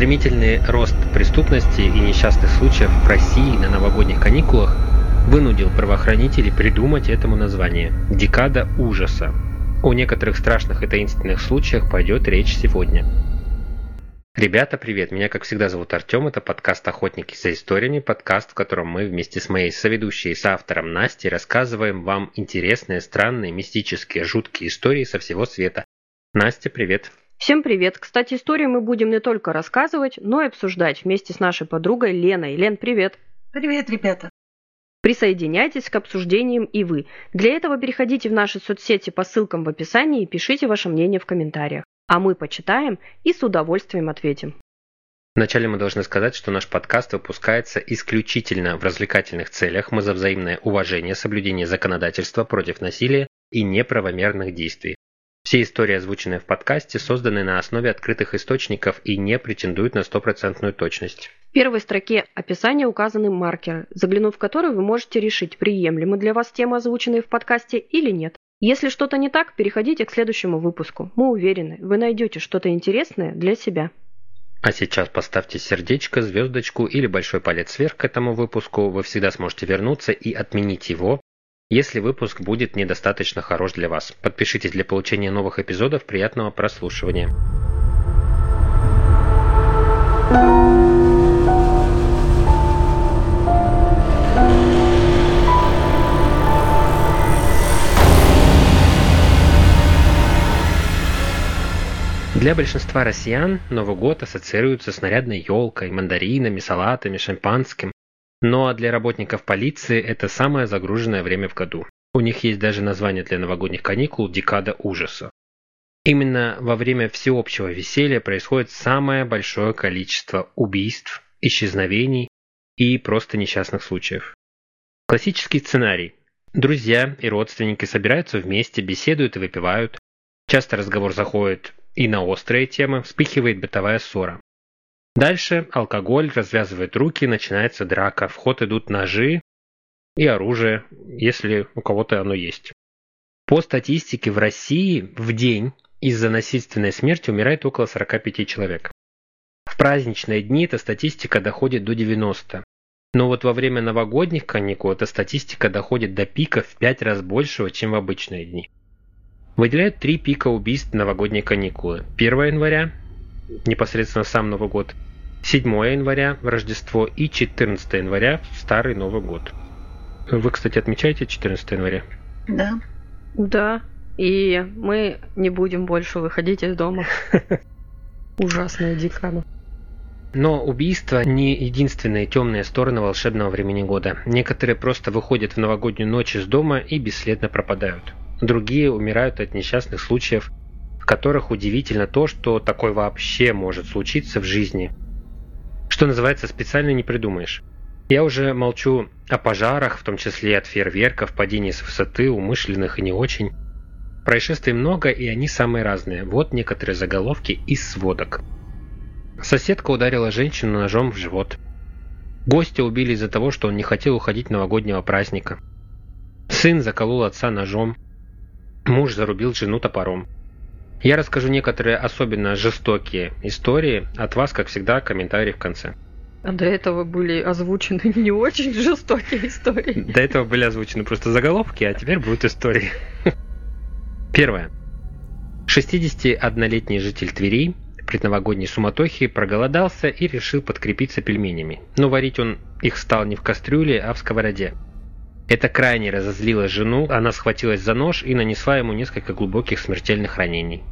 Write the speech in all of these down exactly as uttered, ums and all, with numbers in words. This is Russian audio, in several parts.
Стремительный рост преступности и несчастных случаев в России на новогодних каникулах вынудил правоохранителей придумать этому название – «Декада ужаса». О некоторых страшных и таинственных случаях пойдет речь сегодня. Ребята, привет! Меня, как всегда, зовут Артем. Это подкаст «Охотники за историями», подкаст, в котором мы вместе с моей соведущей и соавтором Настей рассказываем вам интересные, странные, мистические, жуткие истории со всего света. Настя, привет! Всем привет! Кстати, истории мы будем не только рассказывать, но и обсуждать вместе с нашей подругой Леной. Лен, привет! Привет, ребята! Присоединяйтесь к обсуждениям и вы. Для этого переходите в наши соцсети по ссылкам в описании и пишите ваше мнение в комментариях. А мы почитаем и с удовольствием ответим. Вначале мы должны сказать, что наш подкаст выпускается исключительно в развлекательных целях. Мы за взаимное уважение, соблюдение законодательства против насилия и неправомерных действий. Все истории, озвученные в подкасте, созданы на основе открытых источников и не претендуют на стопроцентную точность. В первой строке описания указаны маркеры, заглянув в которые вы можете решить, приемлемы для вас темы, озвученные в подкасте, или нет. Если что-то не так, переходите к следующему выпуску. Мы уверены, вы найдете что-то интересное для себя. А сейчас поставьте сердечко, звездочку или большой палец вверх к этому выпуску. Вы всегда сможете вернуться и отменить его, если выпуск будет недостаточно хорош для вас. Подпишитесь для получения новых эпизодов. Приятного прослушивания. Для большинства россиян Новый год ассоциируется с нарядной елкой, мандаринами, салатами, шампанским. Но для работников полиции это самое загруженное время в году. У них есть даже название для новогодних каникул – «Декада ужаса». Именно во время всеобщего веселья происходит самое большое количество убийств, исчезновений и просто несчастных случаев. Классический сценарий. Друзья и родственники собираются вместе, беседуют и выпивают. Часто разговор заходит и на острые темы, вспыхивает бытовая ссора. Дальше алкоголь развязывает руки, начинается драка, в ход идут ножи и оружие, если у кого-то оно есть. По статистике в России в день из-за насильственной смерти умирает около сорок пять человек. В праздничные дни эта статистика доходит до девяноста. Но вот во время новогодних каникул эта статистика доходит до пика в пять раз большего, чем в обычные дни. Выделяют три пика убийств в новогодние каникулы. первого января, непосредственно сам Новый год, седьмого января, Рождество и четырнадцатого января, Старый Новый год. Вы, кстати, отмечаете четырнадцатого января? Да. Да, и мы не будем больше выходить из дома. Ужасная декада. Но убийства не единственные темные стороны волшебного времени года. Некоторые просто выходят в новогоднюю ночь из дома и бесследно пропадают. Другие умирают от несчастных случаев, в которых удивительно то, что такое вообще может случиться в жизни. Что называется, специально не придумаешь. Я уже молчу о пожарах, в том числе от фейерверков, падений с высоты, умышленных и не очень. Происшествий много, и они самые разные. Вот некоторые заголовки из сводок. Соседка ударила женщину ножом в живот. Гостя убили из-за того, что он не хотел уходить с новогоднего праздника. Сын заколол отца ножом. Муж зарубил жену топором. Я расскажу некоторые особенно жестокие истории. От вас, как всегда, комментарии в конце. А до этого были озвучены не очень жестокие истории. До этого были озвучены просто заголовки, а теперь будут истории. Первое. шестидесятиоднолетний житель Твери в предновогодней суматохе проголодался и решил подкрепиться пельменями. Но варить он их стал не в кастрюле, а в сковороде. Это крайне разозлило жену, она схватилась за нож и нанесла ему несколько глубоких смертельных ранений.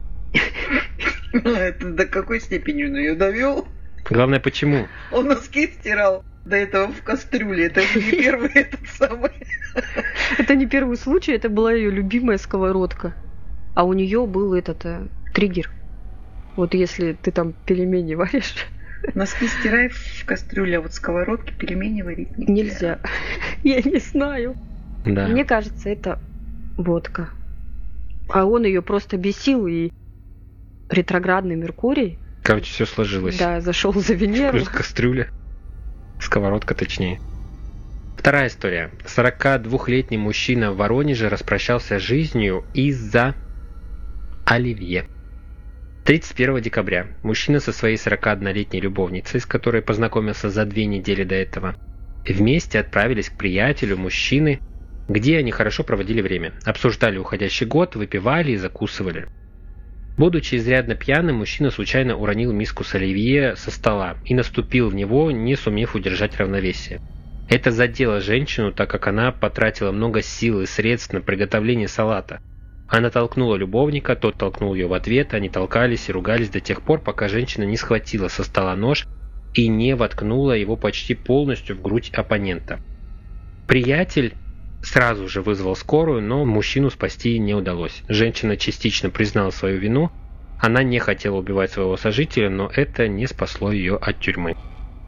Это до какой степени он ее довел? Главное, почему? Он носки стирал до этого в кастрюле. Это же не первый этот самый. Это не первый случай, это была ее любимая сковородка. А у нее был этот э, триггер. Вот если ты там пельмени варишь. Носки стирай в кастрюле, а вот сковородки пельмени варить нельзя. Нельзя. Я не знаю. Да. Мне кажется, это водка. А он ее просто бесил, и ретроградный Меркурий. Короче, все сложилось. Да, зашел за Венеру. Плюс кастрюля. Сковородка точнее. Вторая история. сорокадвухлетний мужчина в Воронеже распрощался с жизнью из-за оливье. тридцать первого декабря мужчина со своей сорокаоднолетней любовницей, с которой познакомился за две недели до этого, вместе отправились к приятелю мужчины, где они хорошо проводили время. Обсуждали уходящий год, выпивали и закусывали. Будучи изрядно пьяным, мужчина случайно уронил миску с оливье со стола и наступил в него, не сумев удержать равновесие. Это задело женщину, так как она потратила много сил и средств на приготовление салата. Она толкнула любовника, тот толкнул ее в ответ, они толкались и ругались до тех пор, пока женщина не схватила со стола нож и не воткнула его почти полностью в грудь оппонента. Приятель сразу же вызвал скорую, но мужчину спасти не удалось. Женщина частично признала свою вину, она не хотела убивать своего сожителя, но это не спасло ее от тюрьмы.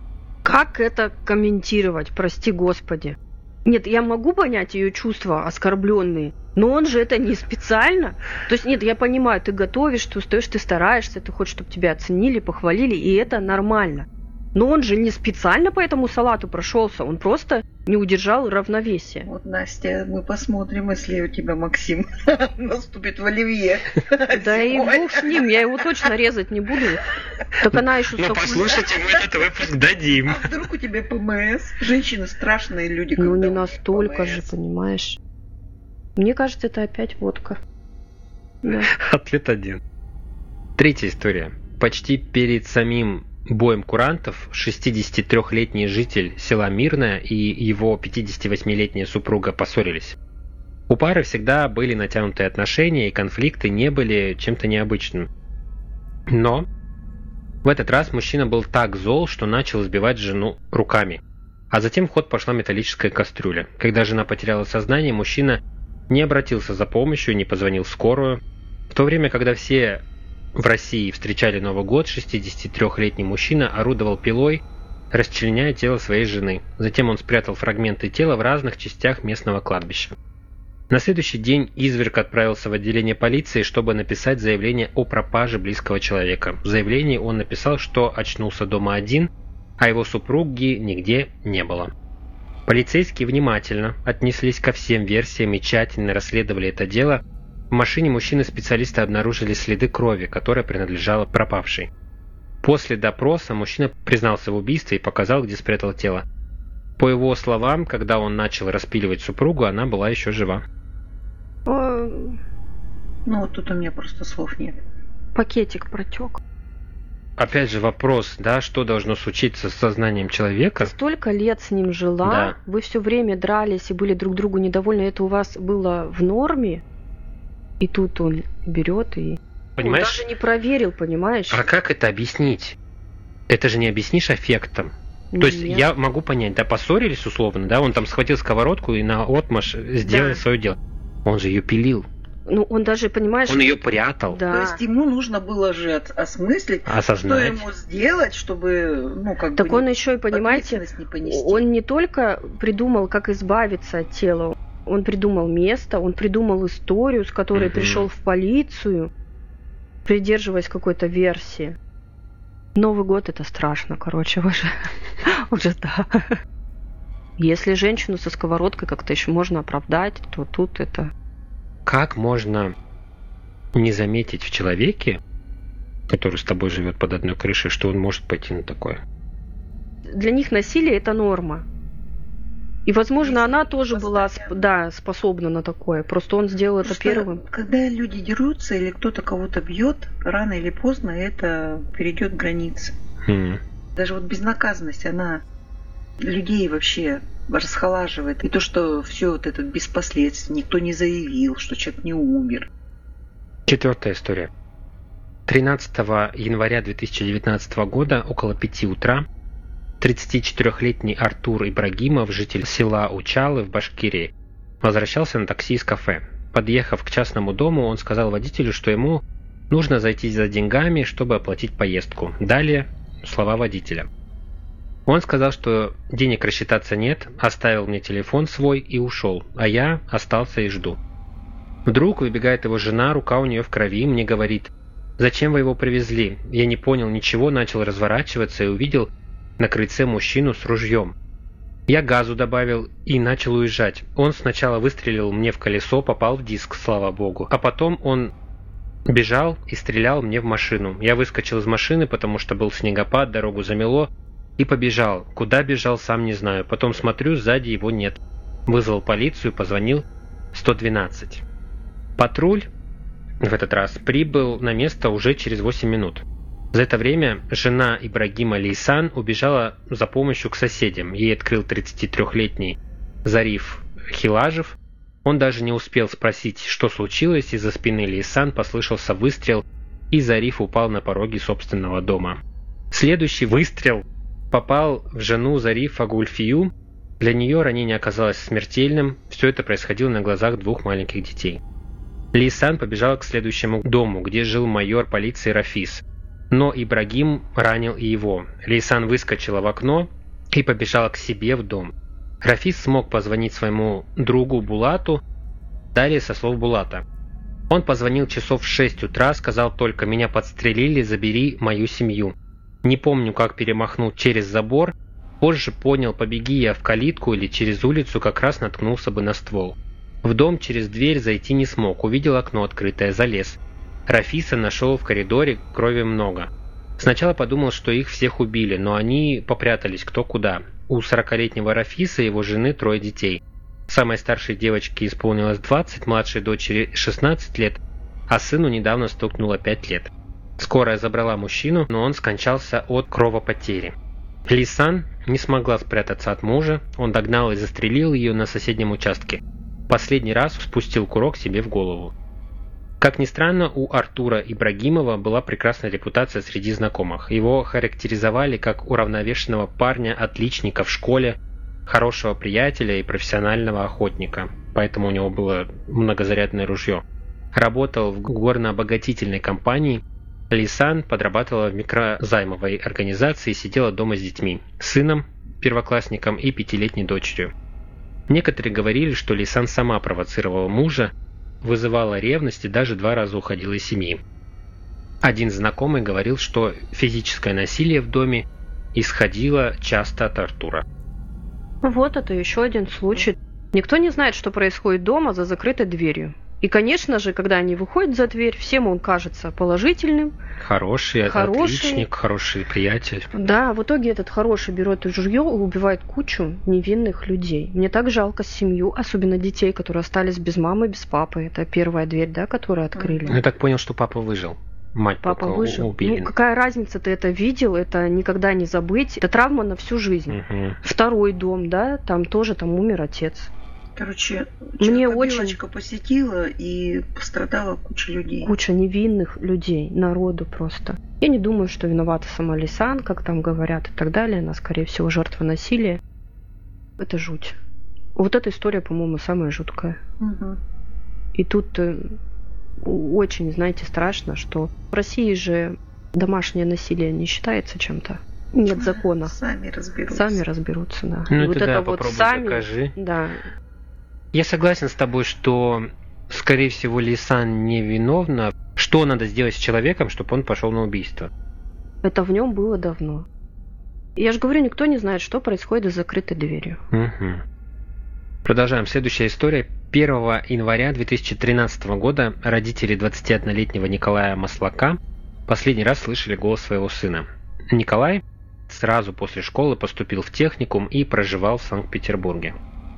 Как это комментировать, прости господи? Нет, я могу понять ее чувства оскорбленные, но он же это не специально. То есть, нет, я понимаю, ты готовишь, ты устаешь, ты стараешься, ты хочешь, чтобы тебя оценили, похвалили, и это нормально. Но он же не специально по этому салату прошелся, он просто не удержал равновесия. Вот, Настя, мы посмотрим, если у тебя Максим наступит в оливье. Да и бог с ним, я его точно резать не буду. Так она еще... Ну, послушайте, мы этот выпуск дадим. А вдруг у тебя ПМС? Женщины страшные люди. Ну, не настолько же, понимаешь. Мне кажется, это опять водка. Да. Ответ один. Третья история. Почти перед самим боем курантов шестидесятитрёхлетний житель села Мирное и его пятидесятивосьмилетняя супруга поссорились. У пары всегда были натянутые отношения, и конфликты не были чем-то необычным. Но в этот раз мужчина был так зол, что начал избивать жену руками. А затем в ход пошла металлическая кастрюля. Когда жена потеряла сознание, мужчина не обратился за помощью, не позвонил в скорую. В то время, когда все в России встречали Новый год, шестидесятитрёхлетний мужчина орудовал пилой, расчленяя тело своей жены. Затем он спрятал фрагменты тела в разных частях местного кладбища. На следующий день изверг отправился в отделение полиции, чтобы написать заявление о пропаже близкого человека. В заявлении он написал, что очнулся дома один, а его супруги нигде не было. Полицейские внимательно отнеслись ко всем версиям и тщательно расследовали это дело. В машине мужчины-специалисты обнаружили следы крови, которая принадлежала пропавшей. После допроса мужчина признался в убийстве и показал, где спрятал тело. По его словам, когда он начал распиливать супругу, она была еще жива. Ну, вот тут у меня просто слов нет. Пакетик протек. Опять же вопрос, да, что должно случиться с сознанием человека? Ты столько лет с ним жила, да. Вы все время дрались и были друг другу недовольны, это у вас было в норме? И тут он берет и... Понимаешь? Он даже не проверил, понимаешь? А как это объяснить? Это же не объяснишь аффектом. Нет. То есть я могу понять, да, поссорились условно, да, он там схватил сковородку и наотмашь сделал да. свое дело. Он же ее пилил. Ну, он даже, понимаешь... Он ее прятал. Да. То есть ему нужно было же осмыслить, осознать, что ему сделать, чтобы, ну, как так бы... он еще и, понимаете, не он не только придумал, как избавиться от тела, он придумал место, он придумал историю, с которой угу. пришел в полицию, придерживаясь какой-то версии. Новый год — это страшно, короче, уже, уже да. Если женщину со сковородкой как-то еще можно оправдать, то тут это... Как можно не заметить в человеке, который с тобой живет под одной крышей, что он может пойти на такое? Для них насилие — это норма. И, возможно, она тоже была, да, способна на такое. Просто он сделал это первым. Когда люди дерутся или кто-то кого-то бьет, рано или поздно это перейдет границы. Mm. Даже вот безнаказанность, она людей вообще расхолаживает. И то, что все вот это без последствий, никто не заявил, что человек не умер. Четвертая история. тринадцатого января две тысячи девятнадцатого года около пяти утра тридцатичетырёхлетний Артур Ибрагимов, житель села Учалы в Башкирии, возвращался на такси из кафе. Подъехав к частному дому, он сказал водителю, что ему нужно зайти за деньгами, чтобы оплатить поездку. Далее слова водителя. Он сказал, что денег рассчитаться нет, оставил мне телефон свой и ушел, а я остался и жду. Вдруг выбегает его жена, рука у нее в крови, мне говорит: «Зачем вы его привезли?» Я не понял ничего, начал разворачиваться и увидел на крыльце мужчину с ружьем. Я газу добавил и начал уезжать. Он сначала выстрелил мне в колесо, попал в диск, слава богу, а потом он бежал и стрелял мне в машину. Я выскочил из машины, потому что был снегопад, дорогу замело, и побежал. Куда бежал, сам не знаю. Потом смотрю, сзади его нет. Вызвал полицию, позвонил сто двенадцать. Патруль в этот раз прибыл на место уже через восемь минут. За это время жена Ибрагима Лейсан убежала за помощью к соседям. Ей открыл тридцатитрёхлетний Зариф Хилажев. Он даже не успел спросить, что случилось, из-за спины Лейсан послышался выстрел, и Зариф упал на пороге собственного дома. Следующий выстрел попал в жену Зарифа Гульфию. Для нее ранение оказалось смертельным. Все это происходило на глазах двух маленьких детей. Лейсан побежала к следующему дому, где жил майор полиции Рафис. Но Ибрагим ранил и его. Лейсан выскочила в окно и побежала к себе в дом. Рафис смог позвонить своему другу Булату. Далее со слов Булата. Он позвонил часов в шесть утра, сказал только: «Меня подстрелили, забери мою семью». Не помню, как перемахнул через забор. Позже понял, побеги я в калитку или через улицу, как раз наткнулся бы на ствол. В дом через дверь зайти не смог, увидел окно открытое, залез. Рафиса нашел в коридоре, крови много. Сначала подумал, что их всех убили, но они попрятались кто куда. У сорокалетнего Рафиса и его жены трое детей. Самой старшей девочке исполнилось двадцать, младшей дочери шестнадцать лет, а сыну недавно стукнуло пять лет. Скорая забрала мужчину, но он скончался от кровопотери. Лейсан не смогла спрятаться от мужа, он догнал и застрелил ее на соседнем участке. Последний раз спустил курок себе в голову. Как ни странно, у Артура Ибрагимова была прекрасная репутация среди знакомых. Его характеризовали как уравновешенного парня, отличника в школе, хорошего приятеля и профессионального охотника, поэтому у него было многозарядное ружье. Работал в горно-обогатительной компании. Лейсан подрабатывала в микрозаймовой организации и сидела дома с детьми, сыном, первоклассником и пятилетней дочерью. Некоторые говорили, что Лейсан сама провоцировала мужа, вызывала ревность и даже два раза уходила из семьи. Один знакомый говорил, что физическое насилие в доме исходило часто от Артура. Вот это еще один случай. Никто не знает, что происходит дома за закрытой дверью. И, конечно же, когда они выходят за дверь, всем он кажется положительным. Хороший, хороший отличник, хороший приятель. Да, в итоге этот хороший берет ружье и убивает кучу невинных людей. Мне так жалко семью, особенно детей, которые остались без мамы, без папы. Это первая дверь, да, которую открыли. Я так понял, что папа выжил. Мать папа выжил. Убили. Ну, какая разница, ты это видел, это никогда не забыть. Это травма на всю жизнь. Угу. Второй дом, да, там тоже там умер отец. Короче, мне очень посетила и пострадала куча людей. Куча невинных людей, народу просто. Я не думаю, что виновата сама Лейсан, как там говорят и так далее. Она, скорее всего, жертва насилия. Это жуть. Вот эта история, по-моему, самая жуткая. Угу. И тут очень, знаете, страшно, что в России же домашнее насилие не считается чем-то. Нет закона. Сами разберутся. Сами разберутся, да. Ну, и вот да, это вот сами. Докажи. Да. Я согласен с тобой, что, скорее всего, Лейсан не виновна. Что надо сделать с человеком, чтобы он пошел на убийство? Это в нем было давно. Я же говорю, никто не знает, что происходит за закрытой дверью. Угу. Продолжаем. Следующая история. первого января две тысячи тринадцатого года родители двадцатиоднолетнего Николая Маслака последний раз слышали голос своего сына. Николай сразу после школы поступил в техникум и проживал в Санкт-Петербурге.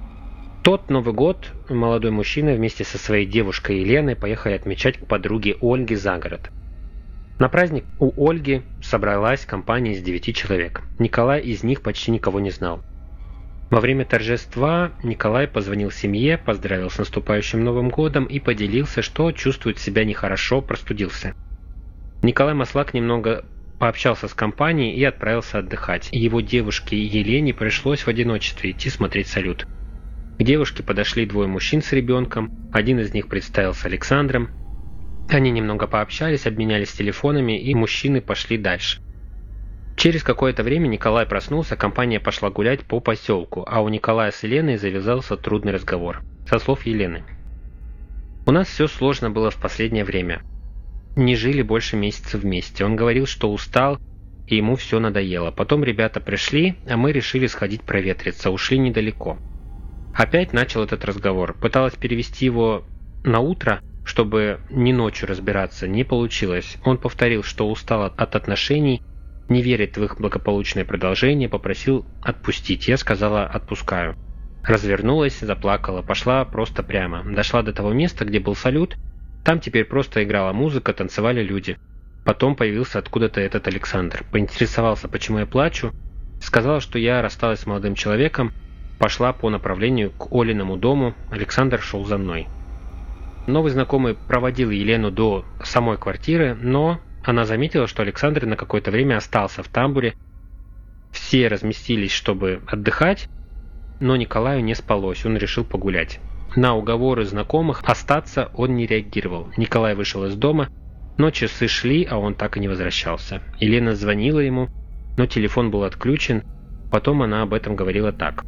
Тот Новый год молодой мужчина вместе со своей девушкой Еленой поехали отмечать к подруге Ольге за город. На праздник у Ольги собралась компания из девяти человек. Николай из них почти никого не знал. Во время торжества Николай позвонил семье, поздравил с наступающим Новым годом и поделился, что чувствует себя нехорошо, простудился. Николай Маслак немного пообщался с компанией и отправился отдыхать. Его девушке Елене пришлось в одиночестве идти смотреть салют. К девушке подошли двое мужчин с ребенком, один из них представился Александром. Они немного пообщались, обменялись телефонами, и мужчины пошли дальше. Через какое-то время Николай проснулся, компания пошла гулять по поселку, а у Николая с Еленой завязался трудный разговор. Со слов Елены. «У нас все сложно было в последнее время. Не жили больше месяца вместе. Он говорил, что устал, и ему все надоело. Потом ребята пришли, а мы решили сходить проветриться, ушли недалеко. Опять начал этот разговор. Пыталась перевести его на утро, чтобы чтобы ни ночью разбираться, не получилось. Он повторил, что устал от отношений, не верит в их благополучное продолжение, попросил отпустить. Я сказала «отпускаю». Развернулась, заплакала, пошла просто прямо. Дошла до того места, где был салют. Там теперь просто играла музыка, танцевали люди. Потом появился откуда-то этот Александр. Поинтересовался, почему я плачу. Сказала, что я рассталась с молодым человеком. Пошла по направлению к Олиному дому. Александр шел за мной. Новый знакомый проводил Елену до самой квартиры, но она заметила, что Александр на какое-то время остался в тамбуре. Все разместились, чтобы отдыхать, но Николаю не спалось, он решил погулять. На уговоры знакомых остаться он не реагировал. Николай вышел из дома, но часы шли, а он так и не возвращался. Елена звонила ему, но телефон был отключен. Потом она об этом говорила так.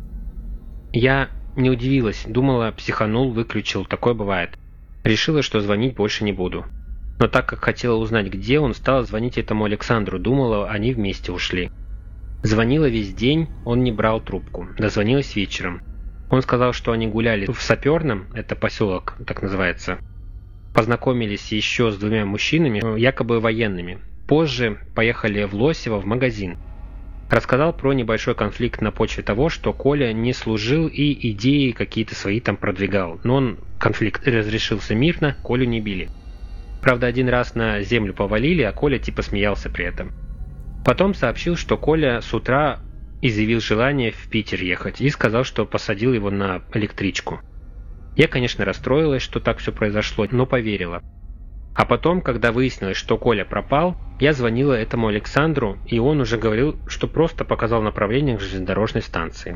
Я не удивилась, думала, психанул, выключил, такое бывает. Решила, что звонить больше не буду. Но так как хотела узнать, где он, стала звонить этому Александру, думала, они вместе ушли. Звонила весь день, он не брал трубку. Дозвонилась вечером. Он сказал, что они гуляли в Саперном, это поселок так называется. Познакомились еще с двумя мужчинами, якобы военными. Позже поехали в Лосево в магазин. Рассказал про небольшой конфликт на почве того, что Коля не служил и идеи какие-то свои там продвигал. Но он конфликт разрешился мирно, Колю не били. Правда, один раз на землю повалили, а Коля типа смеялся при этом. Потом сообщил, что Коля с утра изъявил желание в Питер ехать и сказал, что посадил его на электричку. Я, конечно, расстроилась, что так все произошло, но поверила. А потом, когда выяснилось, что Коля пропал, я звонила этому Александру, и он уже говорил, что просто показал направление к железнодорожной станции.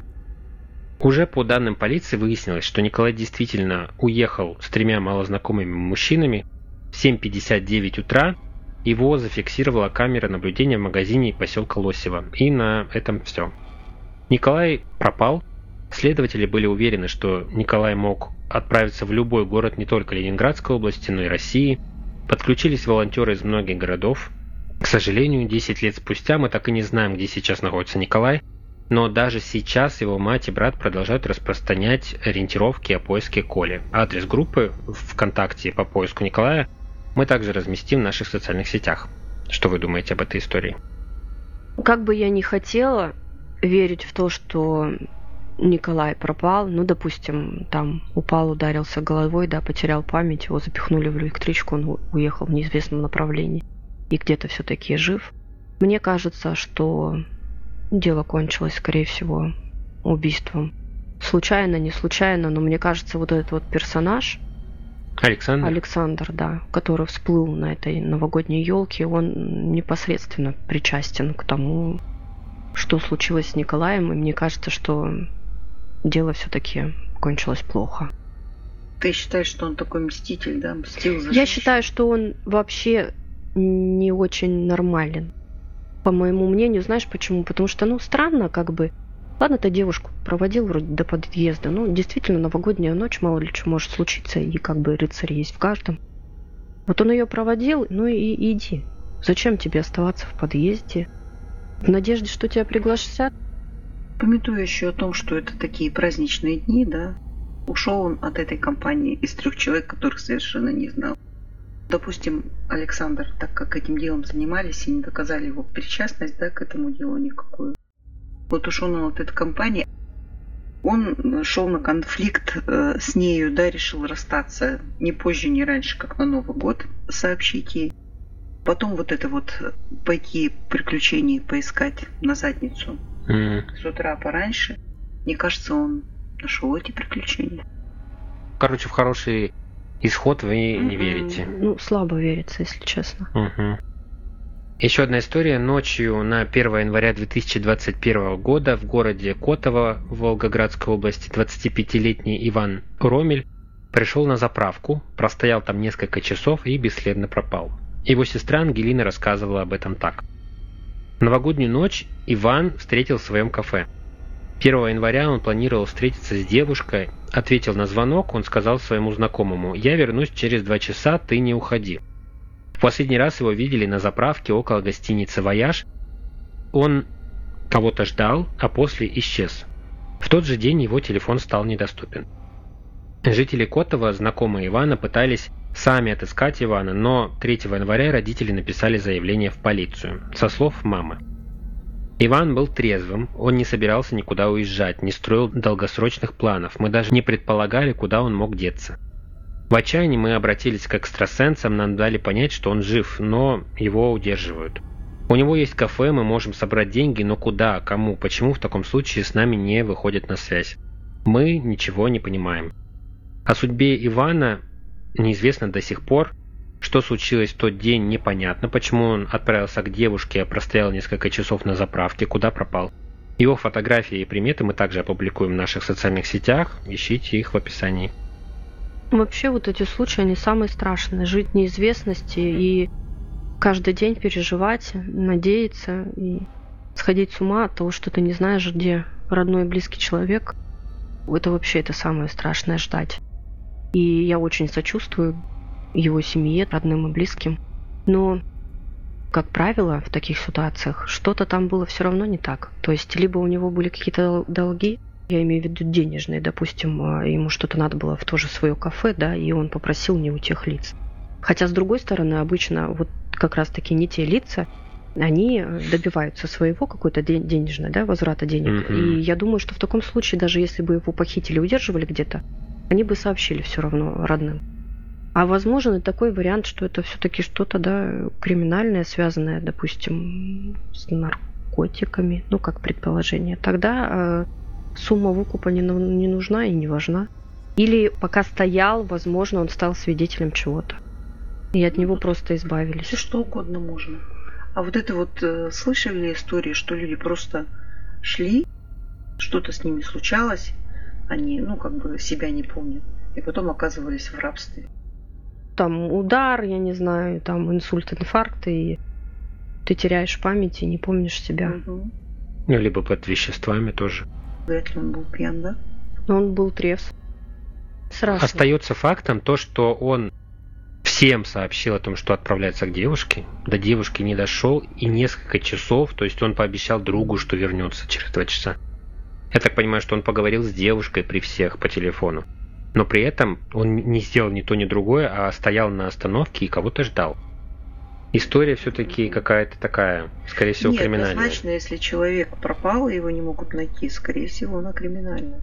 Уже по данным полиции выяснилось, что Николай действительно уехал с тремя малознакомыми мужчинами в семь пятьдесят девять утра. Его зафиксировала камера наблюдения в магазине поселка Лосево. И на этом все. Николай пропал. Следователи были уверены, что Николай мог отправиться в любой город не только Ленинградской области, но и России. Подключились волонтеры из многих городов. К сожалению, десять лет спустя мы так и не знаем, где сейчас находится Николай. Но даже сейчас его мать и брат продолжают распространять ориентировки о поиске Коли. Адрес группы ВКонтакте по поиску Николая мы также разместим в наших социальных сетях. Что вы думаете об этой истории? Как бы я ни хотела верить в то, что Николай пропал, ну, допустим, там упал, ударился головой, да, потерял память, его запихнули в электричку, он уехал в неизвестном направлении и где-то все-таки жив. Мне кажется, что дело кончилось, скорее всего, убийством. Случайно, не случайно, но мне кажется, вот этот вот персонаж Александр? Александр, да, который всплыл на этой новогодней елке, он непосредственно причастен к тому, что случилось с Николаем, и мне кажется, что дело все-таки кончилось плохо. Ты считаешь, что он такой мститель, да? Мстил за Я женщин? считаю, что он вообще не очень нормален. По моему мнению, знаешь почему? Потому что, ну, странно, как бы. Ладно, ты девушку проводил вроде до подъезда. Ну, действительно, новогодняя ночь, мало ли что может случиться, и как бы рыцарь есть в каждом. Вот он ее проводил, ну и, и иди. Зачем тебе оставаться в подъезде? В надежде, что тебя пригласят? Памятуя еще о том, что это такие праздничные дни, да, ушел он от этой компании из трех человек, которых совершенно не знал. Допустим, Александр, так как этим делом занимались и не доказали его причастность, да, к этому делу никакую. Вот ушел он от этой компании, он шел на конфликт э, с нею, да, решил расстаться не позже, не раньше, как на Новый год, сообщить ей. Потом вот это вот пойти приключений поискать на задницу mm. с утра пораньше. Мне кажется, он нашел эти приключения. Короче, в хороший исход вы mm-hmm. не верите. Ну, слабо верится, если честно. Mm-hmm. Еще одна история. Ночью на первое января две тысячи двадцать первого года в городе Котово в Волгоградской области двадцатипятилетний Иван Ромель пришел на заправку, простоял там несколько часов и бесследно пропал. Его сестра Ангелина рассказывала об этом так. В новогоднюю ночь Иван встретил в своем кафе. первого января он планировал встретиться с девушкой, ответил на звонок, он сказал своему знакомому: «Я вернусь через два часа, ты не уходи». В последний раз его видели на заправке около гостиницы «Вояж». Он кого-то ждал, а после исчез. В тот же день его телефон стал недоступен. Жители Котова, знакомые Ивана, пытались сами отыскать Ивана, но третьего января родители написали заявление в полицию, со слов мамы. Иван был трезвым, он не собирался никуда уезжать, не строил долгосрочных планов, мы даже не предполагали, куда он мог деться. В отчаянии мы обратились к экстрасенсам, нам дали понять, что он жив, но его удерживают. У него есть кафе, мы можем собрать деньги, но куда, кому, почему в таком случае с нами не выходят на связь? Мы ничего не понимаем. О судьбе Ивана неизвестно до сих пор. Что случилось в тот день, непонятно. Почему он отправился к девушке, а простоял несколько часов на заправке, куда пропал. Его фотографии и приметы мы также опубликуем в наших социальных сетях. Ищите их в описании. Вообще вот эти случаи, они самые страшные. Жить в неизвестности и каждый день переживать, надеяться и сходить с ума от того, что ты не знаешь, где родной и близкий человек. Это вообще это самое страшное — ждать. И я очень сочувствую его семье, родным и близким. Но, как правило, в таких ситуациях что-то там было все равно не так. То есть, либо у него были какие-то долги, я имею в виду денежные, допустим, ему что-то надо было в то же свое кафе, да, и он попросил не у тех лиц. Хотя, с другой стороны, обычно вот как раз-таки не те лица, они добиваются своего какой-то денежной, да, возврата денег. Mm-hmm. И я думаю, что в таком случае, даже если бы его похитили, удерживали где-то, они бы сообщили все равно родным. А возможен и такой вариант, что это все-таки что-то, да, криминальное, связанное, допустим, с наркотиками, ну, как предположение. Тогда э, сумма выкупа не, не нужна и не важна. Или пока стоял, возможно, он стал свидетелем чего-то. И от него просто избавились. Все что угодно можно. А вот это вот, э, слышали истории, что люди просто шли, что-то с ними случалось, они, ну, как бы себя не помнят, и потом оказывались в рабстве. Там удар, я не знаю, там инсульт, инфаркт, и ты теряешь память и не помнишь себя. Угу. Ну, либо под веществами тоже. Вряд ли он был пьян, да? Но он был трезв. Страшно. Остается фактом то, что он всем сообщил о том, что отправляется к девушке. До девушки не дошел и несколько часов, то есть он пообещал другу, что вернется через два часа. Я так понимаю, что он поговорил с девушкой при всех по телефону. Но при этом он не сделал ни то, ни другое, а стоял на остановке и кого-то ждал. История все-таки какая-то такая, скорее всего, Нет, криминальная. Нет, однозначно, если человек пропал, и его не могут найти, скорее всего, она криминальная.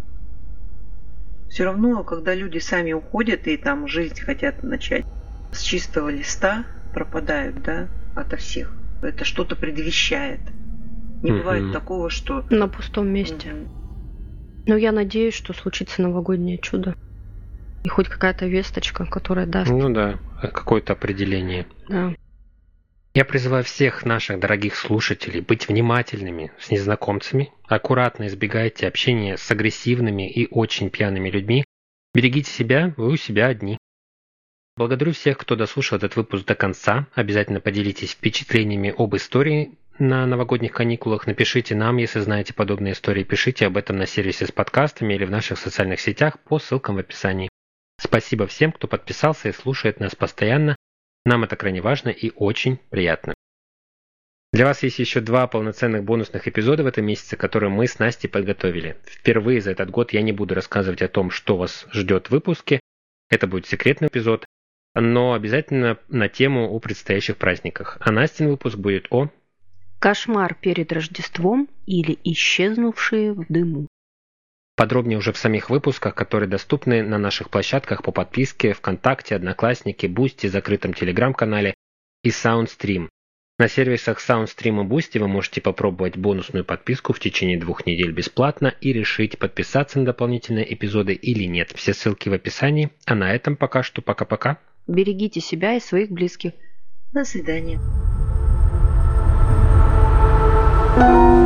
Все равно, когда люди сами уходят и там жизнь хотят начать с чистого листа, пропадают, да, ото всех. Это что-то предвещает. Не mm-hmm. бывает такого, что... На пустом месте. Mm-hmm. Но я надеюсь, что случится новогоднее чудо. И хоть какая-то весточка, которая даст... Ну да, какое-то определение. Да. Я призываю всех наших дорогих слушателей быть внимательными с незнакомцами, аккуратно избегайте общения с агрессивными и очень пьяными людьми. Берегите себя, вы у себя одни. Благодарю всех, кто дослушал этот выпуск до конца. Обязательно поделитесь впечатлениями об истории на новогодних каникулах. Напишите нам, если знаете подобные истории. Пишите об этом на сервисе с подкастами или в наших социальных сетях по ссылкам в описании. Спасибо всем, кто подписался и слушает нас постоянно. Нам это крайне важно и очень приятно. Для вас есть еще два полноценных бонусных эпизода в этом месяце, которые мы с Настей подготовили. Впервые за этот год я не буду рассказывать о том, что вас ждет в выпуске. Это будет секретный эпизод, но обязательно на тему о предстоящих праздниках. А Настин выпуск будет о... Кошмар перед Рождеством или исчезнувшие в дыму. Подробнее уже в самих выпусках, которые доступны на наших площадках по подписке ВКонтакте, Одноклассники, Boosty, закрытом Телеграм-канале и Soundstream. На сервисах Soundstream и Boosty вы можете попробовать бонусную подписку в течение двух недель бесплатно и решить, подписаться на дополнительные эпизоды или нет. Все ссылки в описании. А на этом пока что пока-пока. Берегите себя и своих близких. До свидания. Thank you.